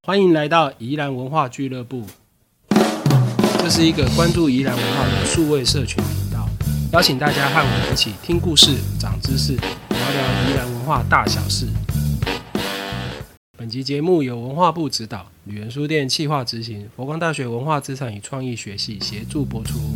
欢迎来到宜兰文化俱乐部，这是一个关注宜兰文化的数位社群频道，邀请大家和我们一起听故事、长知识，聊聊宜兰文化大小事。本集节目由文化部指导，旅人书店企划执行，佛光大学文化资产与创意学系协助播出。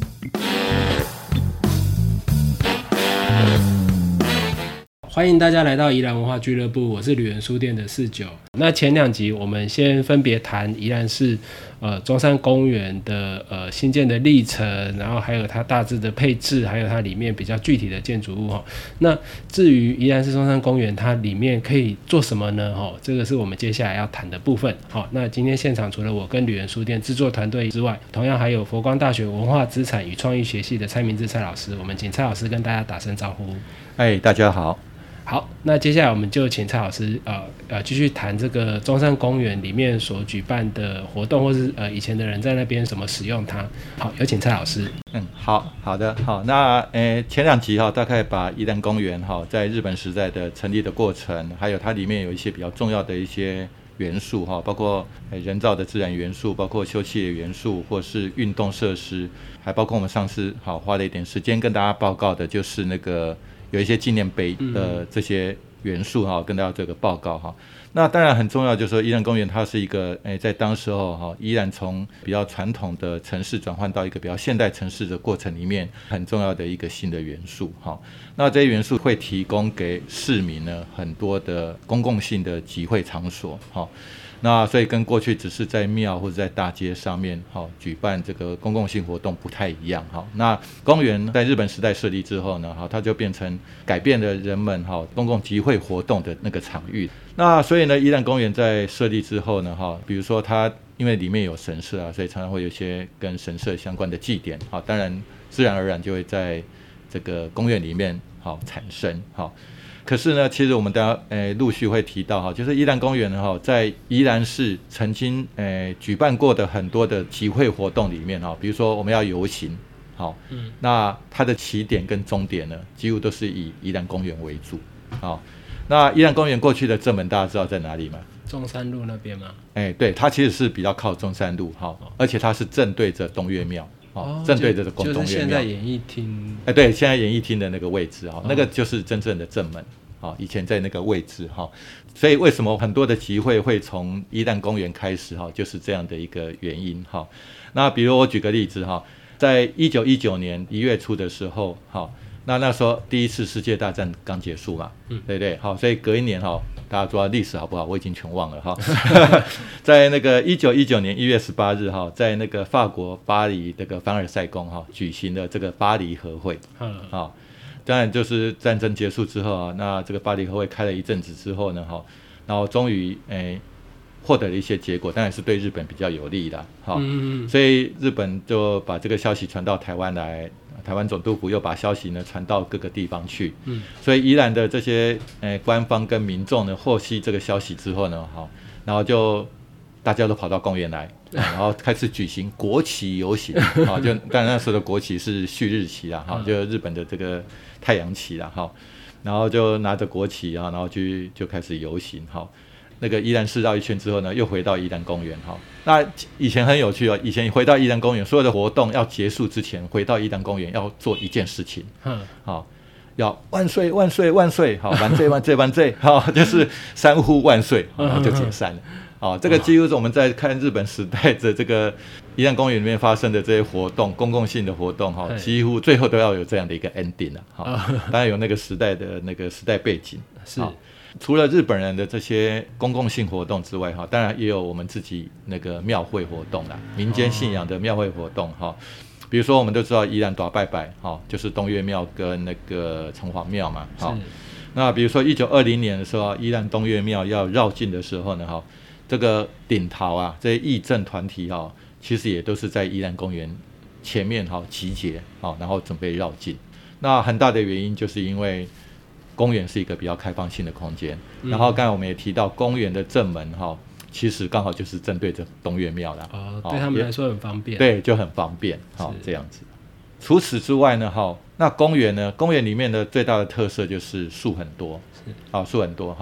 欢迎大家来到宜兰文化俱乐部，我是旅人书店的49。那前两集我们先分别谈宜兰市中山公园的新建的历程，然后还有它大致的配置，还有它里面比较具体的建筑物。那至于宜兰市中山公园它里面可以做什么呢？这个是我们接下来要谈的部分。那今天现场除了我跟旅人书店制作团队之外，同样还有佛光大学文化资产与创意学系的蔡明志蔡老师，我们请蔡老师跟大家打声招呼。 大家好。 好，那接下来我们就请蔡老师继续谈这个中山公园里面所举办的活动，或是以前的人在那边怎么使用它。好，有请蔡老师。 好的。那前两集大概把宜兰公园在日本时代的成立的过程，还有它里面有一些比较重要的一些元素包括人造的自然元素，包括休憩的元素，或是运动设施，还包括我们上次花了一点时间跟大家报告的，就是那个有一些纪念碑的这些元素跟大家这个报告那当然很重要，就是说宜兰公园它是一个在当时候宜兰从比较传统的城市转换到一个比较现代城市的过程里面很重要的一个新的元素那这些元素会提供给市民呢很多的公共性的集会场所那所以跟过去只是在庙或者在大街上面举办这个公共性活动不太一样那公园在日本时代设立之后呢它就变成改变了人们公共集会活动的那个场域。那所以呢宜兰公园在设立之后呢比如说它因为里面有神社所以常常会有一些跟神社相关的祭典当然自然而然就会在这个公园里面产生可是呢其实我们大家陆续会提到就是宜兰公园在宜兰市曾经举办过的很多的集会活动里面比如说我们要游行那它的起点跟终点呢几乎都是以宜兰公园为主那宜兰公园过去的正门大家知道在哪里吗？ 中山路那边吗？ 对，它其实是比较靠中山路而且它是正对着东岳庙正对着东岳庙， 就是现在演艺厅对，现在演艺厅的那个位置那个就是真正的正门以前在那个位置所以为什么很多的集会会从宜兰公园开始就是这样的一个原因那比如我举个例子在1919年1月初的时候那时候第一次世界大战刚结束嘛对不对所以隔一年大家知道历史好不好？我已经全忘了在那个1919年1月18日在那个法国巴黎这个凡尔赛宫举行了这个巴黎和会当然就是战争结束之后那这个巴黎和会开了一阵子之后呢然后终于获得了一些结果，当然是对日本比较有利的所以日本就把这个消息传到台湾来，台湾总督府又把消息呢传到各个地方去所以宜兰的这些官方跟民众呢获悉这个消息之后呢然后就大家都跑到公园来然后开始举行国旗游行就当然那时候的国旗是旭日旗啦就日本的这个太阳旗啦然后就拿着国旗然后就开始游行那个宜兰市绕一圈之后呢又回到宜兰公园那以前很有趣以前回到宜兰公园所有的活动要结束之前回到宜兰公园要做一件事情要万岁万岁万岁万岁万岁万岁就是三呼万岁然后就解散了这个几乎是我们在看日本时代的这个宜兰公园里面发生的这些活动公共性的活动几乎最后都要有这样的一个 ending 当然有那个时代的那个时代背景是除了日本人的这些公共性活动之外当然也有我们自己那个庙会活动啦，民间信仰的庙会活动比如说我们都知道宜兰大拜拜就是东岳庙跟那个城隍庙嘛那比如说1920年的时候宜兰东岳庙要绕境的时候呢这个顶桃这些义政团体其实也都是在宜兰公园前面集结然后准备绕境。那很大的原因就是因为公园是一个比较开放性的空间然后刚才我们也提到公园的正门其实刚好就是正对着东岳庙啦对他们来说很方便， 对，就很方便这样子。除此之外呢那公园里面的最大的特色就是树很多树很多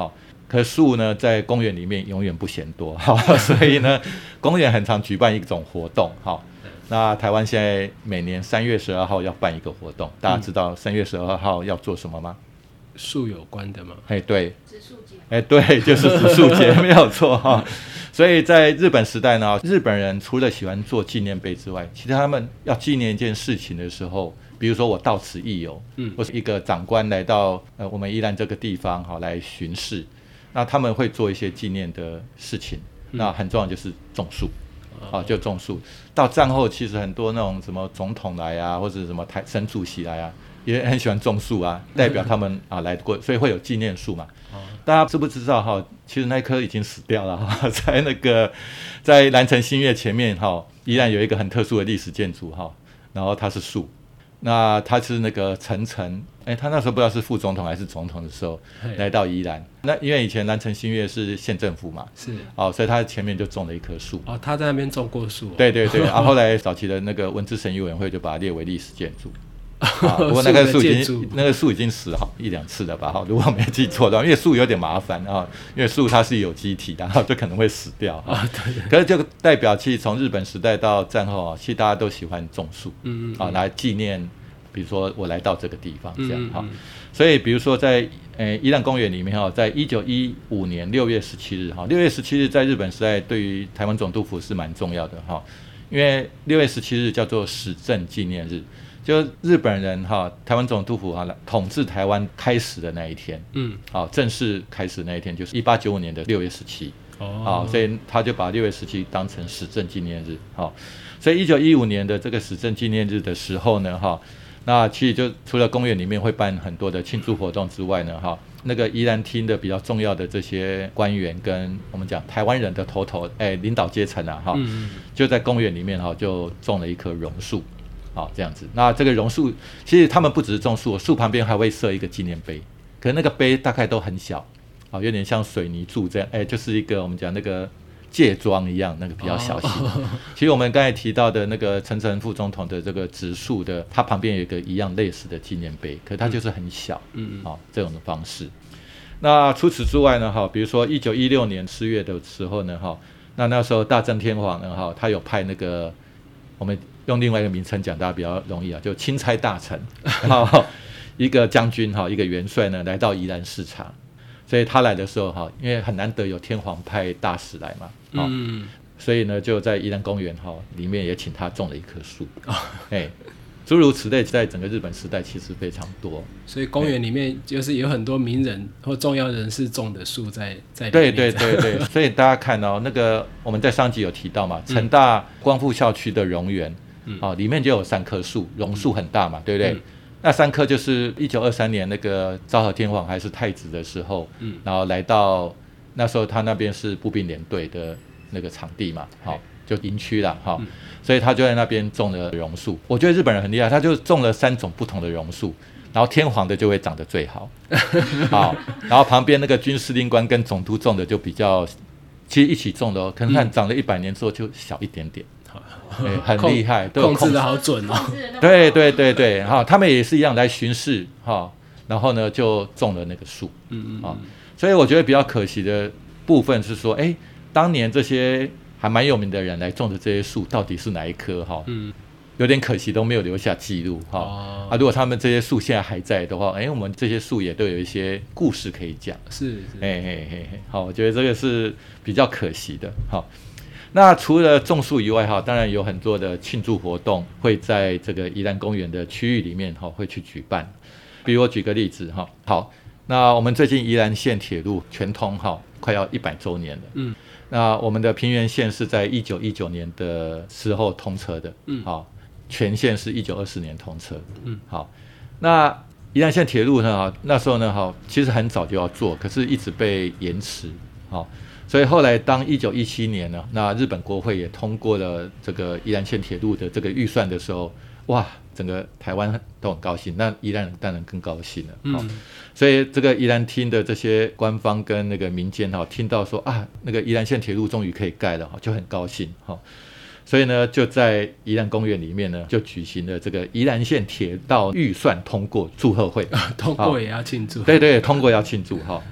可树呢在公园里面永远不嫌多，所以呢公园很常举办一种活动。那台湾现在每年3月12号要办一个活动，大家知道3月12号要做什么吗？ 树有关的吗？ 对，植树节。对，就是植树节，没有错所以在日本时代呢，日本人除了喜欢做纪念碑之外，其实他们要纪念一件事情的时候，比如说我到此一游，或是一个长官来到我们宜兰这个地方来巡视，那他们会做一些纪念的事情。那很重要就是种树。就种树。到战后，其实很多那种什么总统来啊，或者什么省主席来啊，也很喜欢种树啊，代表他们来过，所以会有纪念树嘛。大家知不知道其实那棵已经死掉了在南城新月前面依然有一个很特殊的历史建筑然后它是树。那他是那个陈诚，他那时候不知道是副总统还是总统的时候来到宜兰。那因为以前南城新月是县政府嘛，是所以他前面就种了一棵树。 他在那边种过树。 对对对，后来早期的那个文资审议委员会就把它列为历史建筑。不过那个树已经死了1-2次了吧？如果我没记错的话，因为树有点麻烦因为树它是有机体的，就可能会死掉对。可是就代表其实从日本时代到战后其实大家都喜欢种树，来纪念，比如说我来到这个地方这样所以比如说在宜兰公园里面在1915年6月17日6月17日在日本时代对于台湾总督府是蛮重要的因为6月17日叫做始政纪念日。就日本人台湾总督府统治台湾开始的那一天，正式开始的那一天就是1895年的6月17，所以他就把6月17当成始政纪念日，所以1915年的这个始政纪念日的时候呢，那其实就除了公园里面会办很多的庆祝活动之外呢，那个宜兰厅的比较重要的这些官员跟我们讲台湾人的领导阶层就在公园里面就种了一棵榕树。这样子。那这个榕树其实他们不只是种树，树旁边还会设一个纪念碑，可是那个碑大概都很小，有点像水泥柱这样，就是一个我们讲那个戒庄一样，那个比较小型。其实我们刚才提到的那个陈诚副总统的这个植树的，它旁边有一个一样类似的纪念碑，可是它就是很小，这种的方式。那除此之外呢，比如说1916年4月的时候呢，那时候大正天皇呢，他有派那个我们用另外一个名称讲，大家比较容易就钦差大臣，一个将军一个元帅呢来到宜兰视察，所以他来的时候因为很难得有天皇派大使来嘛，所以呢就在宜兰公园里面也请他种了一棵树，诸如此类，在整个日本时代其实非常多， 所以公园里面就是有很多名人或重要人士种的树在里面。 对对对对，所以大家看那个我们在上集有提到嘛，成大光复校区的榕园。里面就有3棵树，榕树很大嘛，对不对？那3棵就是1923年那个昭和天皇还是太子的时候，然后来到那时候他那边是步兵联队的那个场地嘛，就营区啦，所以他就在那边种了榕树。我觉得日本人很厉害，他就种了3种不同的榕树，然后天皇的就会长得最好，然后旁边那个军司令官跟总督种的就比较，其实一起种的可能看长了100年之后就小一点点。很厉害， 控制的好准对对对对，他们也是一样来巡视，然后呢就种了那个树，所以我觉得比较可惜的部分是说，当年这些还蛮有名的人来种的这些树到底是哪一棵有点可惜都没有留下记录如果他们这些树现在还在的话，我们这些树也都有一些故事可以讲， 是我觉得这个是比较可惜的那除了种树以外当然有很多的庆祝活动会在这个宜兰公园的区域里面会去举办。比如我举个例子好，那我们最近宜兰县铁路全通快要100周年了，那我们的平原线是在1919年的时候通车的，全线是1920年通车，好，那宜兰县铁路呢那时候呢其实很早就要做，可是一直被延迟，所以后来当1917年呢，那日本国会也通过了这个宜兰县铁路的这个预算的时候，哇，整个台湾都很高兴，那宜兰人当然更高兴了，所以这个宜兰厅的这些官方跟那个民间听到说那个宜兰县铁路终于可以盖了就很高兴所以呢就在宜兰公园里面呢就举行了这个宜兰县铁道预算通过祝贺会， 通过也要庆祝， 对对，通过要庆祝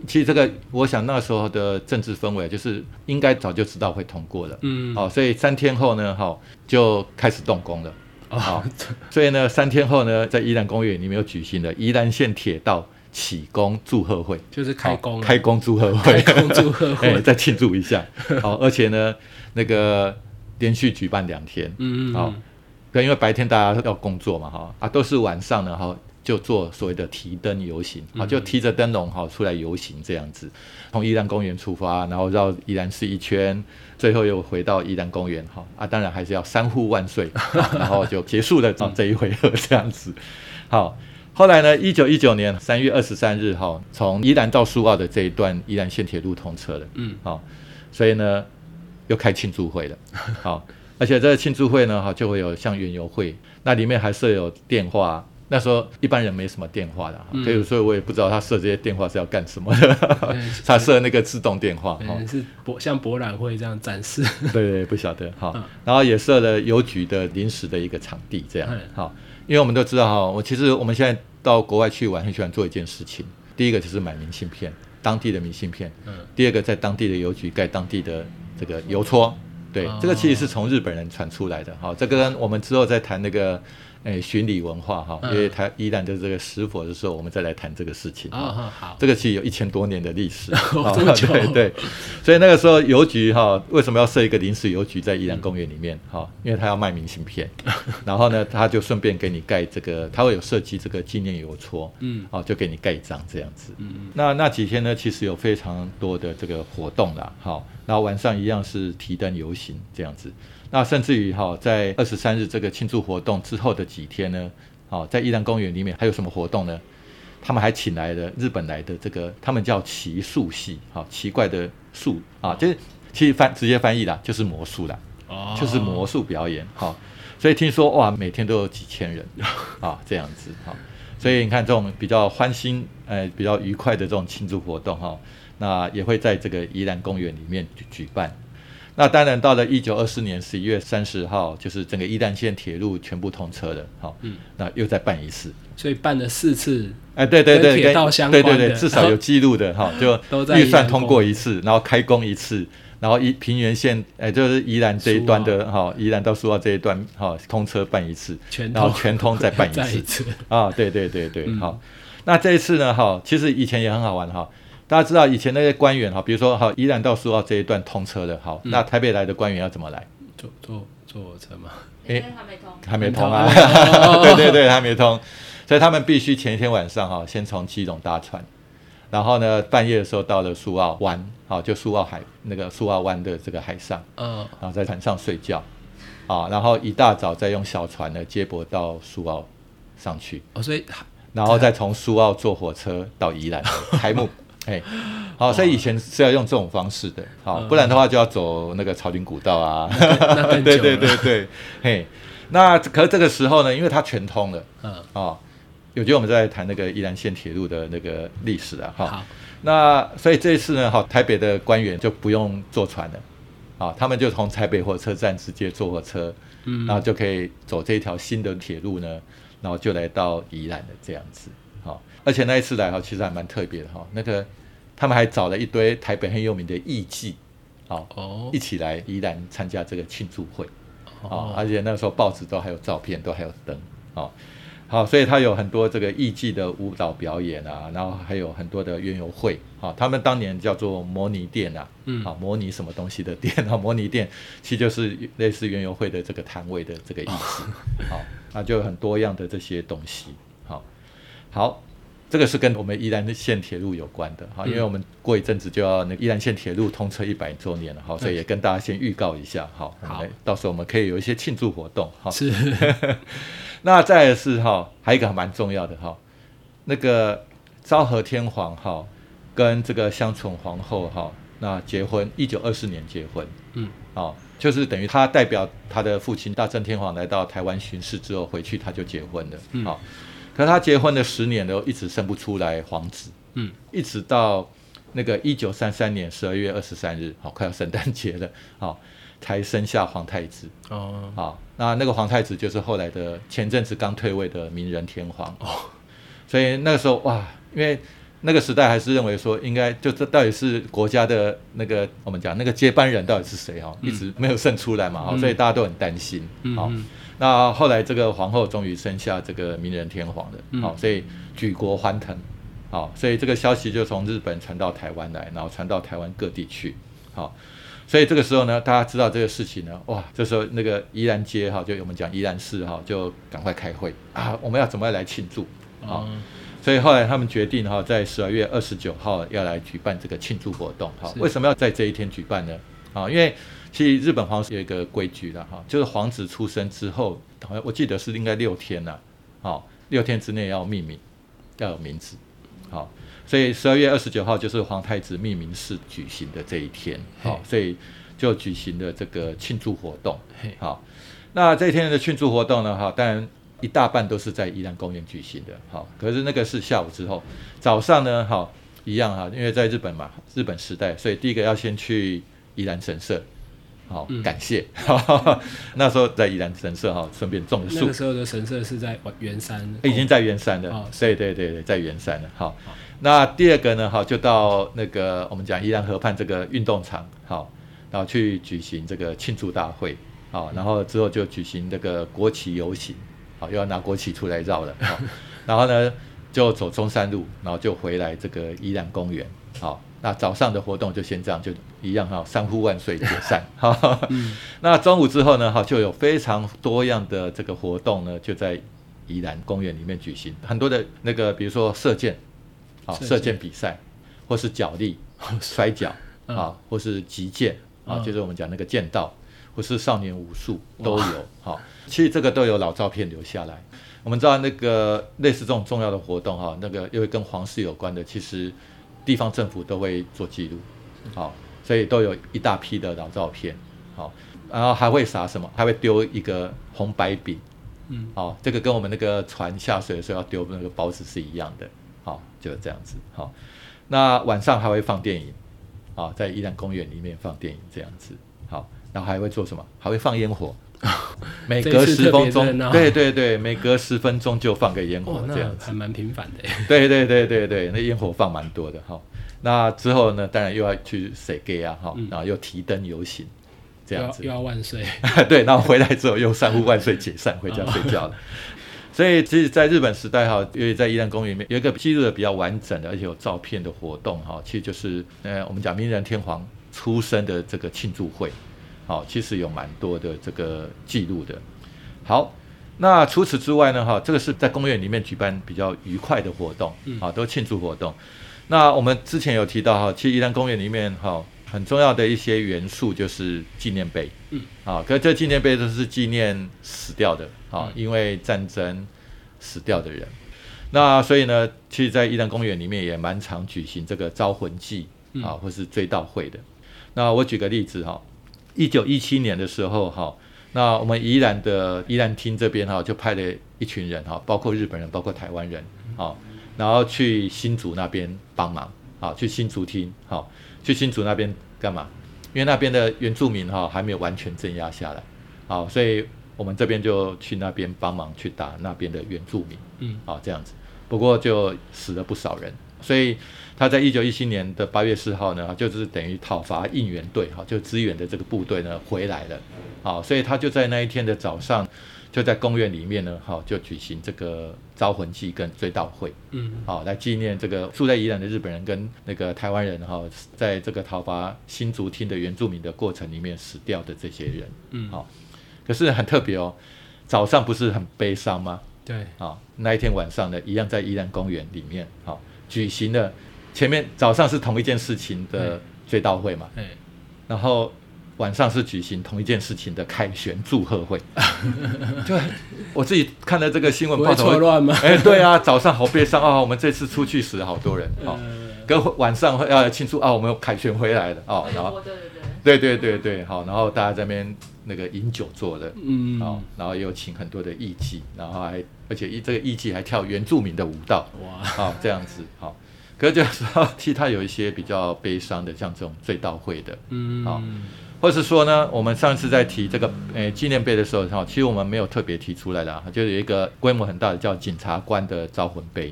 其实这个我想那时候的政治氛围就是应该早就知道会通过了，所以3天后呢，就开始动工了，所以呢3天后呢，在宜兰公园里面又举行了宜兰县铁道启工祝贺会， 就是开工祝贺会， 开工祝贺会， 再庆祝一下，而且呢那个连续举办2天，因为白天大家要工作嘛，都是晚上呢，就做所谓的提灯游行，就提着灯笼出来游行这样子，从宜兰公园出发，然后绕宜兰市一圈，最后又回到宜兰公园，当然还是要3户万岁，然后就结束了这一回合这样子。好，后来呢，1919年3月23日，从宜兰到苏澳的这一段宜兰县铁路通车了，所以呢又开庆祝会了，而且这个庆祝会呢，就会有像园游会，那里面还设有电话。那时候一般人没什么电话的，所以我也不知道他设这些电话是要干什么的。他设那个自动电话， 是像博览会这样展示。 对，不晓得然后也设了邮局的临时的一个场地，这样因为我们都知道其实我们现在到国外去玩，很喜欢做一件事情。第一个就是买明信片，当地的明信片。第二个在当地的邮局盖当地的这个邮戳。对，这个其实是从日本人传出来的。这个跟我们之后再谈那个巡礼文化因为宜兰的这个石佛的时候，我们再来谈这个事情。好，这个其实有1000多年的历史。对，所以那个时候邮局为什么要设一个临时邮局在宜兰公园里面因为他要卖明信片，然后呢他就顺便给你盖这个，他会有设计这个纪念邮戳，就给你盖章这样子。那几天呢，其实有非常多的这个活动啦，然后晚上一样是提灯游行这样子。那甚至于在23日这个庆祝活动之后的几天呢，在宜兰公园里面还有什么活动呢？他们还请来了日本来的这个，他们叫奇术系，奇怪的术就是其实直接翻译啦，就是魔术啦，就是魔术表演所以听说哇，每天都有几千人这样子所以你看这种比较欢欣比较愉快的这种庆祝活动那也会在这个宜兰公园里面举办。那当然到了1924年11月30号，就是整个宜兰县铁路全部通车了，那又再办一次， 所以办了4次， 对， 跟铁道相关的， 对，至少有记录的就预算通过一次，然后开工一次，然后平原线就是宜兰这一端的宜兰到苏澳这一段通车办一次，然后全通再办一次对，那这一次呢其实以前也很好玩大家知道以前那些官员比如说宜兰到苏澳这一段通车了那台北来的官员要怎么来？ 坐火车吗？ 还没通啊对，还没通，所以他们必须前一天晚上先从基隆搭船，然后呢半夜的时候到了苏澳湾就苏澳海那个苏澳湾的这个海上，然后在船上睡觉然后一大早再用小船呢接驳到苏澳上去所以然后再从苏澳坐火车到宜兰台木所以以前是要用这种方式的不然的话就要走那个草林古道那更久了对那可是这个时候呢，因为它全通了有机会我们再来谈那个宜兰县铁路的那个历史好，那所以这一次呢台北的官员就不用坐船了他们就从台北火车站直接坐火车然后就可以走这条新的铁路呢，然后就来到宜兰的这样子而且那一次来其实还蛮特别的那个他们还找了一堆台北很有名的艺妓一起来宜兰参加这个庆祝会而且那时候报纸都还有照片，都还有登所以他有很多这个艺妓的舞蹈表演然后还有很多的园游会他们当年叫做模拟店模拟什么东西的店模拟店其实就是类似园游会的这个摊位的这个意思那就有很多样的这些东西好，这个是跟我们宜兰县铁路有关的因为我们过一阵子就要那宜兰县铁路通车100周年了所以也跟大家先预告一下好，到时候我们可以有一些庆祝活动是那再来是还有一个蛮重要的那个昭和天皇跟这个香醇皇后那结婚1924年结婚就是等于他代表他的父亲大正天皇来到台湾巡视之后回去他就结婚了可是他结婚的10年都一直生不出来皇子一直到那个1933年12月23日快要圣诞节了才生下皇太子那个皇太子就是后来的前阵子刚退位的明仁天皇所以那个时候哇，因为那个时代还是认为说，应该就这到底是国家的那个我们讲那个接班人到底是谁一直没有生出来嘛，所以大家都很担心。那后来这个皇后终于生下这个明仁天皇了，所以举国欢腾。所以这个消息就从日本传到台湾来，然后传到台湾各地去。所以这个时候呢，大家知道这个事情呢，哇，这时候那个宜兰街就我们讲宜兰市就赶快开会我们要怎么来庆祝所以后来他们决定在12月29号要来举办这个庆祝活动为什么要在这一天举办呢？因为其实日本皇室有一个规矩啦就是皇子出生之后，我记得是应该6天啦6天之内要命名，要有名字所以12月29号就是皇太子命名式举行的这一天所以就举行了这个庆祝活动那这一天的庆祝活动呢当然一大半都是在宜兰公园举行的可是那个是下午之后，早上呢一样因为在日本嘛，日本时代，所以第一个要先去宜兰神社感谢那时候在宜兰神社顺便种树。 那个时候的神社是在圆山已经在圆山了对，在圆山了那第二个呢就到那个我们讲宜兰河畔这个运动场然后去举行这个庆祝大会然后之后就举行这个国旗游行又要拿国旗出来绕了然后呢就走中山路，然后就回来这个宜兰公园那早上的活动就先这样，就一样三呼万岁解散那中午之后呢就有非常多样的这个活动呢，就在宜兰公园里面举行，很多的那个比如说射箭比赛，或是角力摔跤或是击剑就是我们讲那个剑道，或是少年武术都有其实这个都有老照片留下来。我们知道那个类似这种重要的活动那个因为跟皇室有关的，其实地方政府都会做记录所以都有一大批的老照片然后还会撒什么，还会丢一个红白饼这个跟我们那个船下水的时候要丢那个包子是一样的就是这样子那晚上还会放电影在宜兰公园里面放电影这样子然后还会做什么，还会放烟火每隔10分钟对，每隔10分钟就放个烟火这样子， 还蛮频繁的对，那烟火放蛮多的那之后呢，当然又要去洗街然后又提灯游行这样子， 又要万岁对，然后回来之后又三呼万岁解散回家睡觉了所以其实在日本时代因为在宜兰公园里面有一个记录的比较完整的而且有照片的活动其实就是我们讲明仁天皇出生的这个庆祝会其实有蛮多的这个记录的。好，那除此之外呢这个是在公园里面举办比较愉快的活动都庆祝活动。那我们之前有提到其实宜兰公园里面很重要的一些元素就是纪念碑可是这纪念碑都是纪念死掉的因为战争死掉的人。那所以呢，其实在宜兰公园里面也蛮常举行这个招魂祭或是追悼会的。那我举个例子1917年的时候那我们宜兰的宜兰厅这边就派了一群人包括日本人包括台湾人然后去新竹那边帮忙去新竹厅去新竹那边干嘛？因为那边的原住民还没有完全镇压下来所以我们这边就去那边帮忙去打那边的原住民这样子。不过就死了不少人，所以他在1917年的8月4号呢，就是等于讨伐应援队就支援的这个部队呢回来了所以他就在那一天的早上就在公园里面呢就举行这个招魂祭跟追悼会来纪念这个住在宜兰的日本人跟那个台湾人在这个讨伐新竹厅的原住民的过程里面死掉的这些人可是很特别早上不是很悲伤吗？ 对那一天晚上呢一样在宜兰公园里面举行了前面早上是同一件事情的追悼会嘛然后晚上是举行同一件事情的凯旋祝贺会就我自己看了这个新闻报道， 不会错乱吗？ 对啊，早上好悲伤我们这次出去死了好多人跟晚上要庆祝我们凯旋回来了然后对好，然后大家在那边那个饮酒做的然后也有请很多的艺妓，然后而且这个艺妓还跳原住民的舞蹈这样子可是就是说其实它有一些比较悲伤的，像这种追悼会的或是说呢，我们上次在提这个纪念碑的时候其实我们没有特别提出来的就有一个规模很大的叫检察官的招魂碑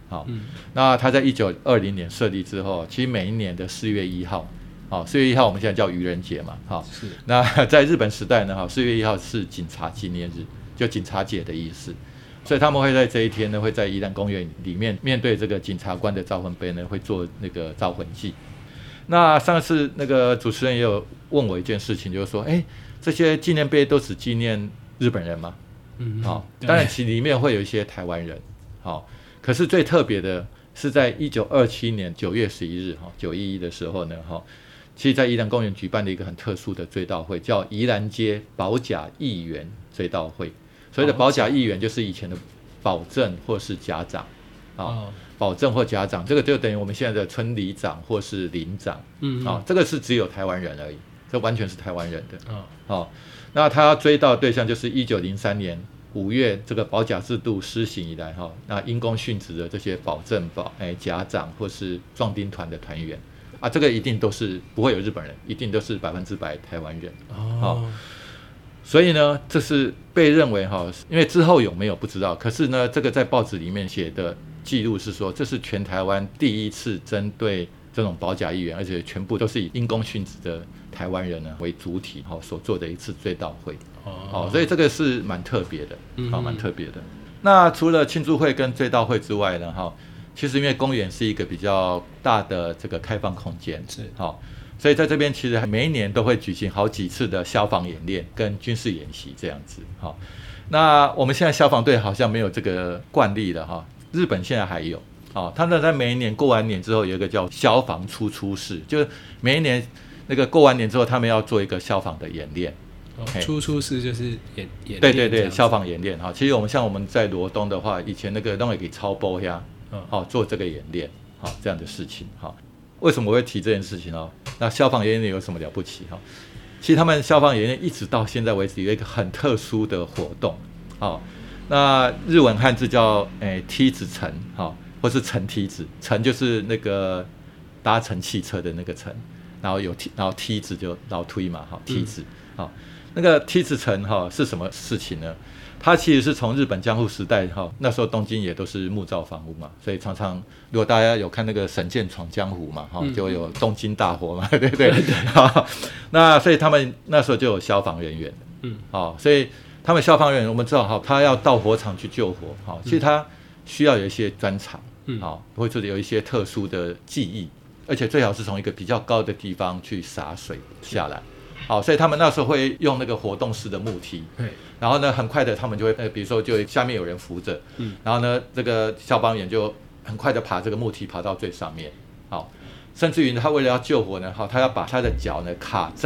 好，那它在1920年设立之后，其实每一年的4月1号，好，4月1号我们现在叫愚人节嘛，好，那在日本时代呢，好，4月1号是警察纪念日，就警察节的意思，所以他们会在这一天呢，会在宜兰公园里面面对这个检察官的招魂碑呢，会做那个招魂祭。那上次那个主持人也有问我一件事情，就是说，这些纪念碑都只纪念日本人吗？好，当然其里面会有一些台湾人，好，可是最特别的是在1927年9月11日911的时候呢，其实在宜兰公园举办了一个很特殊的追悼会，叫宜兰街保甲义园追悼会。所谓的保甲义园就是以前的保证或是甲长，保证或甲长，这个就等于我们现在的村里长或是邻长，这个是只有台湾人而已，这完全是台湾人的。那他要追悼的对象就是1903年5月这个保甲制度施行以来，那因公殉职的这些保证甲长或是壮丁团的团员啊，这个一定都是不会有日本人，一定都是100%台湾人。所以呢，这是被认为因为之后有没有不知道，可是呢，这个在报纸里面写的记录是说，这是全台湾第一次针对这种保甲义园，而且全部都是以因公殉职的台湾人呢为主体所做的一次追悼会。所以这个是蛮特别的，蛮特别的。那除了庆祝会跟追悼会之外呢，其实因为公园是一个比较大的这个开放空间，所以在这边其实每一年都会举行好几次的消防演练跟军事演习这样子。那我们现在消防队好像没有这个惯例了，日本现在还有。他们在每一年过完年之后有一个叫消防出式，就是每一年那个过完年之后他们要做一个消防的演练。 出式就是演练， 对，消防演练。其实我们在罗东的话，以前那个都会给超波呀，做这个演练，这样的事情。为什么我会提这件事情？那消防演练有什么了不起？其实他们消防演练一直到现在为止有一个很特殊的活动。那日文汉字叫梯子乘，或是乘梯子，乘就是那个搭乘汽车的那个乘，然后梯子就劳推嘛，梯子。那个梯子乘是什么事情呢？它其实是从日本江户时代那时候东京也都是木造房屋嘛，所以常常如果大家有看那个神剑闯江湖嘛，就有东京大火嘛，对不对？那所以他们那时候就有消防人员，所以他们消防员我们知道他要到火场去救火，其实他需要有一些专长，或者有一些特殊的技艺，而且最好是从一个比较高的地方去洒水下来。所以他们那时候会用那个活动式的木梯，然后呢，很快的他们就会比如说就下面有人扶着，然后呢，这个消防员就很快的爬这个木梯爬到最上面，甚至于他为了要救火呢，他要把他的脚呢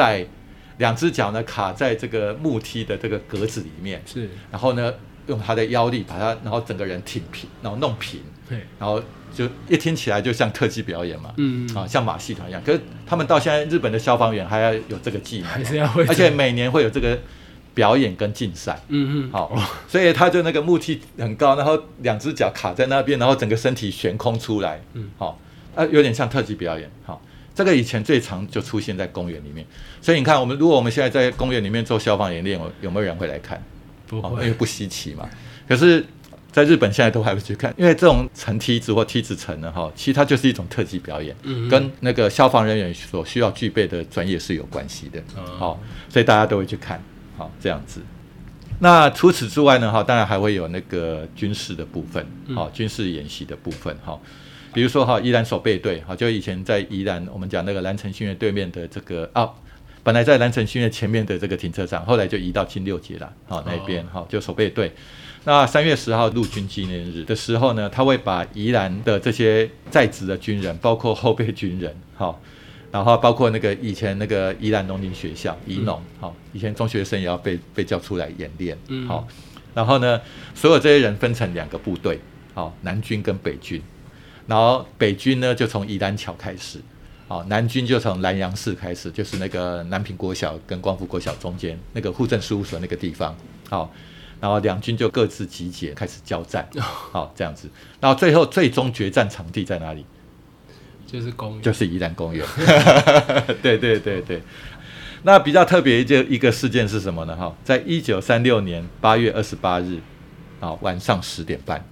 2只脚呢卡在这个木梯的这个格子里面，然后呢用他的腰力把他，然后整个人挺平，然后弄平，然后就一听起来就像特技表演嘛，像马戏团一样。可是他们到现在日本的消防员还要有这个技能， 还是要会， 而且每年会有这个表演跟竞赛。所以他就那个木梯很高，然后2只脚卡在那边，然后整个身体悬空出来，有点像特技表演。这个以前最常就出现在公园里面，所以你看如果我们现在在公园里面做消防演练，有没有人会来看？ 不会， 因为不稀奇嘛。可是在日本现在都还会去看，因为这种乘梯子或梯子乘呢，其实它就是一种特技表演，跟那个消防人员所需要具备的专业是有关系的，所以大家都会去看，这样子。那除此之外呢，当然还会有那个军事的部分，军事演习的部分，比如说宜兰守备队，就以前在宜兰我们讲那个蓝城训练对面的这个本来在蓝城训练前面的这个停车场，后来就移到金六街了，那边就守备队。那3月10号陆军纪念日的时候呢，他会把宜兰的这些在职的军人，包括后备军人，然后包括那个以前那个宜兰农林学校宜农，以前中学生也要被叫出来演练，然后呢，所有这些人分成2个部队，南军跟北军，然后北军呢就从宜兰桥开始，南军就从南阳市开始，就是那个南平国小跟光复国小中间那个户政事务所那个地方，然后2军就各自集结开始交战，这样子，然后最终决战场地在哪里？ 就是公园， 就是宜兰公园。对。那比较特别一个事件是什么呢？在1936年8月28日晚上10点半，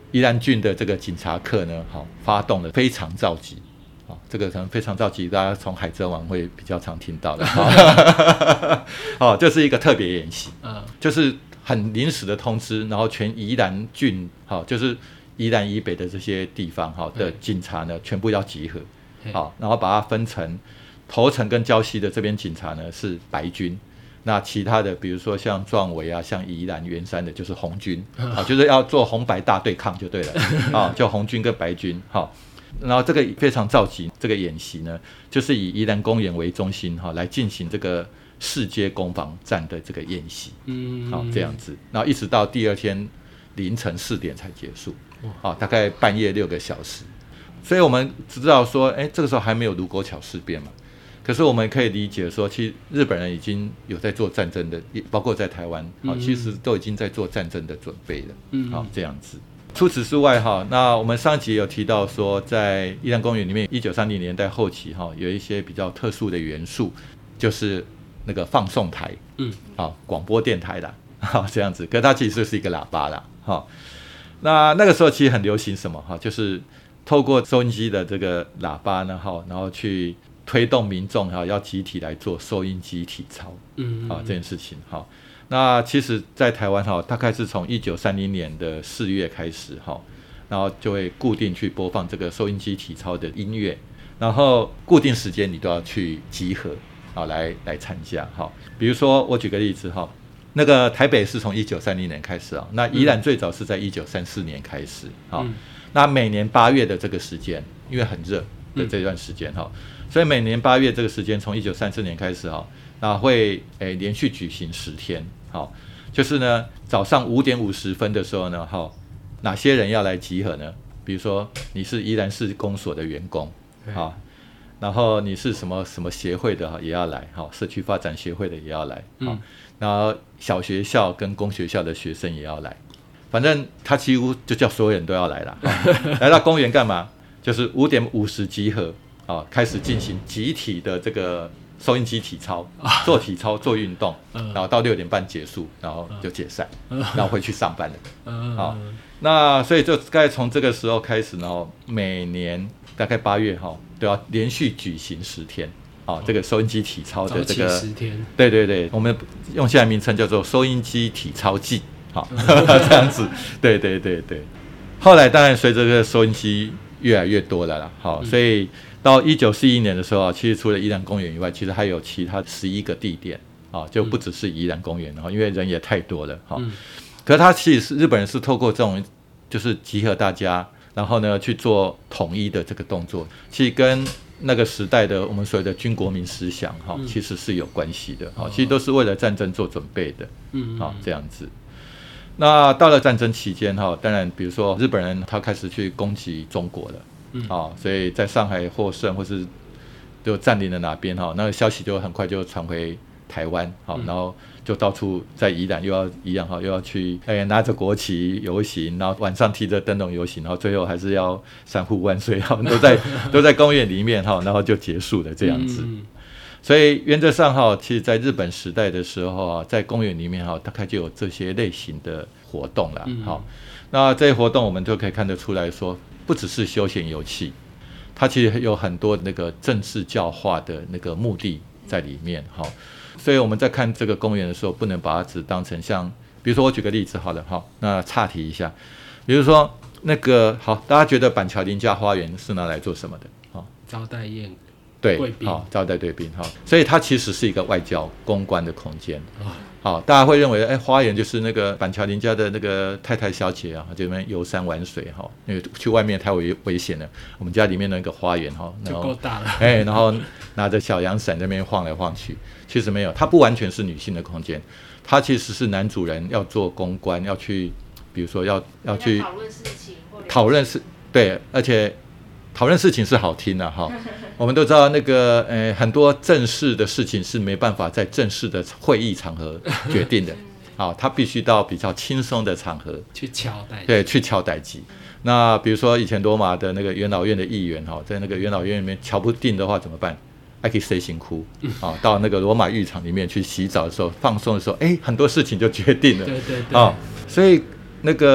宜兰郡的这个警察课呢，发动了非常召集。这个可能非常召集，大家从海贼王会比较常听到的。这是一个特别演习，就是很临时的通知，然后全宜兰郡，就是宜兰以北的这些地方的警察呢，全部要集合，然后把它分成头城跟礁溪的这边警察呢是白军，那其他的比如说像壮围啊，像宜兰圆山的就是红军，就是要做红白大对抗就对了，就红军跟白军，然后这个非常召集这个演习呢，就是以宜兰公园为中心来进行这个世街攻防战的这个演习，这样子，然后一直到第二天凌晨4点才结束，大概半夜6个小时。所以我们知道说，这个时候还没有卢沟桥事变嘛，可是我们可以理解说，其实日本人已经有在做战争的，包括在台湾，其实都已经在做战争的准备了，这样子。除此之外，那我们上一集有提到说，在宜兰公园里面，1930年代后期有一些比较特殊的元素，就是那个放送台，广播电台啦，这样子。可是它其实是一个喇叭啦，那个时候其实很流行什么，就是透过收音机的这个喇叭呢，然后去推动民众要集体来做收音机体操，这件事情，那其实在台湾大概是从1930年的4月开始，然后就会固定去播放这个收音机体操的音乐，然后固定时间你都要去集合来参加。比如说我举个例子，那个台北是从1930年开始，那宜兰最早是在1934年开始，那每年8月的这个时间，因为很热的这段时间，所以每年8月这个时间从1934年开始，那会连续举行10天，就是呢早上5点50分的时候呢，哪些人要来集合呢？比如说你是宜兰市公所的员工，然后你是什么什么协会的也要来，社区发展协会的也要来，然后小学校跟公学校的学生也要来，反正他几乎就叫所有人都要来了，来到公园干嘛？就是5点50集合，开始进行集体的这个收音机体操，做体操做运动，然后到6点半结束，然后就解散，然后回去上班了。那所以就大概从这个时候开始，然后每年大概8月都要连续举行10天，这个收音机体操的这个 10天， 对，我们用现在名称叫做收音机体操季，这样子，对。后来当然随着这个收音机越来越多了啦，所以到1941年的时候，其实除了宜兰公园以外，其实还有其他11个地点，就不只是宜兰公园，因为人也太多了，可是他其实日本人是透过这种就是集合大家，然后呢去做统一的这个动作，其实跟那个时代的我们所谓的军国民思想其实是有关系的，其实都是为了战争做准备的，这样子。那到了战争期间，当然比如说日本人他开始去攻击中国了，所以在上海获胜或是就占领了哪边，那个消息就很快就传回台湾，然后就到处在宜兰又要一样，又要去拿着国旗游行，然后晚上提着灯笼游行，然后最后还是要三呼万岁，都在公园里面，然后就结束了这样子。所以原则上其实在日本时代的时候在公园里面大概就有这些类型的活动啦，那这些活动我们就可以看得出来说，不只是休闲游憩，它其实有很多那个政治教化的那个目的在里面，所以我们在看这个公园的时候，不能把它只当成像，比如说我举个例子好了，那岔题一下，比如说那个大家觉得板桥林家花园是拿来做什么的？ 招待宴。 对，招待贵宾，所以它其实是一个外交公关的空间。大家会认为，花园就是那个板桥林家的那个太太小姐就那边游山玩水，因为去外面太危险了。我们家里面的那个花园就够大了， 然后拿着小阳伞在那边晃来晃去。其实没有，它不完全是女性的空间，它其实是男主人要做公关，要去，比如说要去讨论事，对，而且讨论事情是好听的我们都知道那个很多正式的事情是没办法在正式的会议场合决定的，他必须到比较轻松的场合去敲代， 对，去敲代机。那比如说以前罗马的那个元老院的议员在那个元老院里面敲不定的话怎么办？还可以塞辛苦到那个罗马浴场里面去洗澡的时候，放松的时候，很多事情就决定了。 对， 所以那个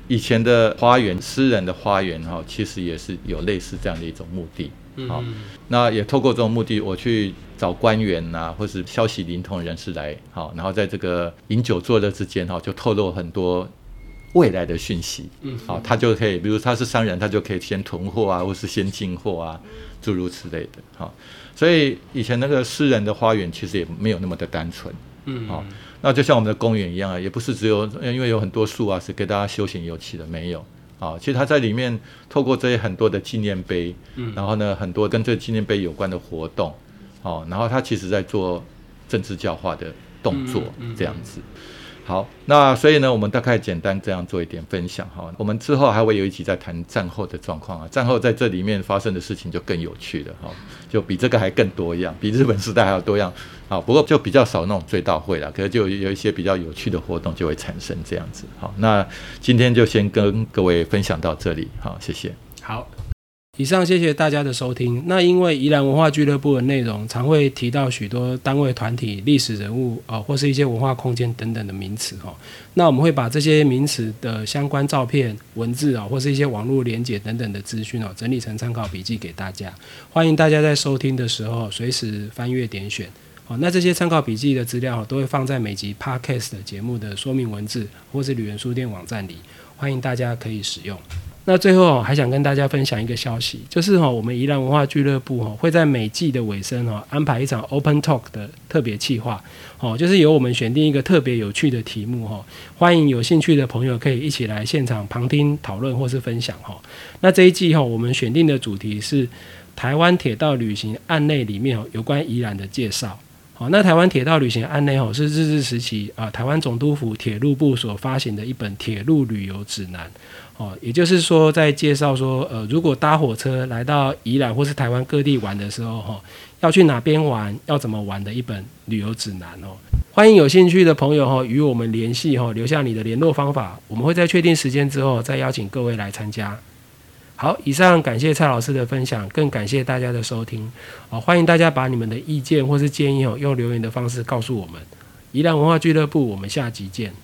以前的花园，私人的花园其实也是有类似这样的一种目的。好，那也透过这种目的，我去找官员啊，或是消息灵通人士来，好，然后在这个饮酒作乐之间，就透露很多未来的讯息。好，他就可以，比如他是商人，他就可以先囤货啊，或是先进货啊，诸如此类的。好，所以以前那个私人的花园其实也没有那么的单纯。好，那就像我们的公园一样，也不是只有因为有很多树啊是给大家休闲游憩的，没有。其实他在里面透过这些很多的纪念碑，然后呢很多跟这纪念碑有关的活动，然后他其实在做政治教化的动作，这样子。好，那所以呢我们大概简单这样做一点分享。我们之后还会有一集在谈战后的状况啊，战后在这里面发生的事情就更有趣了，就比这个还更多样，比日本时代还要多样。好，不过就比较少那种追悼会啦，可是就有一些比较有趣的活动就会产生这样子。好，那今天就先跟各位分享到这里。好，谢谢。 好，以上谢谢大家的收听。那因为宜兰文化俱乐部的内容常会提到许多单位团体、历史人物或是一些文化空间等等的名词。那我们会把这些名词的相关照片、文字或是一些网络连结等等的资讯整理成参考笔记给大家，欢迎大家在收听的时候随时翻阅点选。那这些参考笔记的资料都会放在每集 Podcast 的节目的说明文字或是旅人书店网站里，欢迎大家可以使用。那最后还想跟大家分享一个消息，就是我们宜兰文化俱乐部会在每季的尾声安排一场 Open Talk 的特别企划，就是由我们选定一个特别有趣的题目，欢迎有兴趣的朋友可以一起来现场旁听讨论或是分享。那这一季我们选定的主题是台湾铁道旅行案内里面有关宜兰的介绍。那台湾铁道旅行案内是日治时期台湾总督府铁路部所发行的一本铁路旅游指南。也就是说在介绍说如果搭火车来到宜兰或是台湾各地玩的时候要去哪边玩，要怎么玩的一本旅游指南。欢迎有兴趣的朋友与我们联系，留下你的联络方法，我们会在确定时间之后再邀请各位来参加。好，以上感谢蔡老师的分享，更感谢大家的收听。欢迎大家把你们的意见或是建议用留言的方式告诉我们。宜兰文化俱乐部，我们下集见。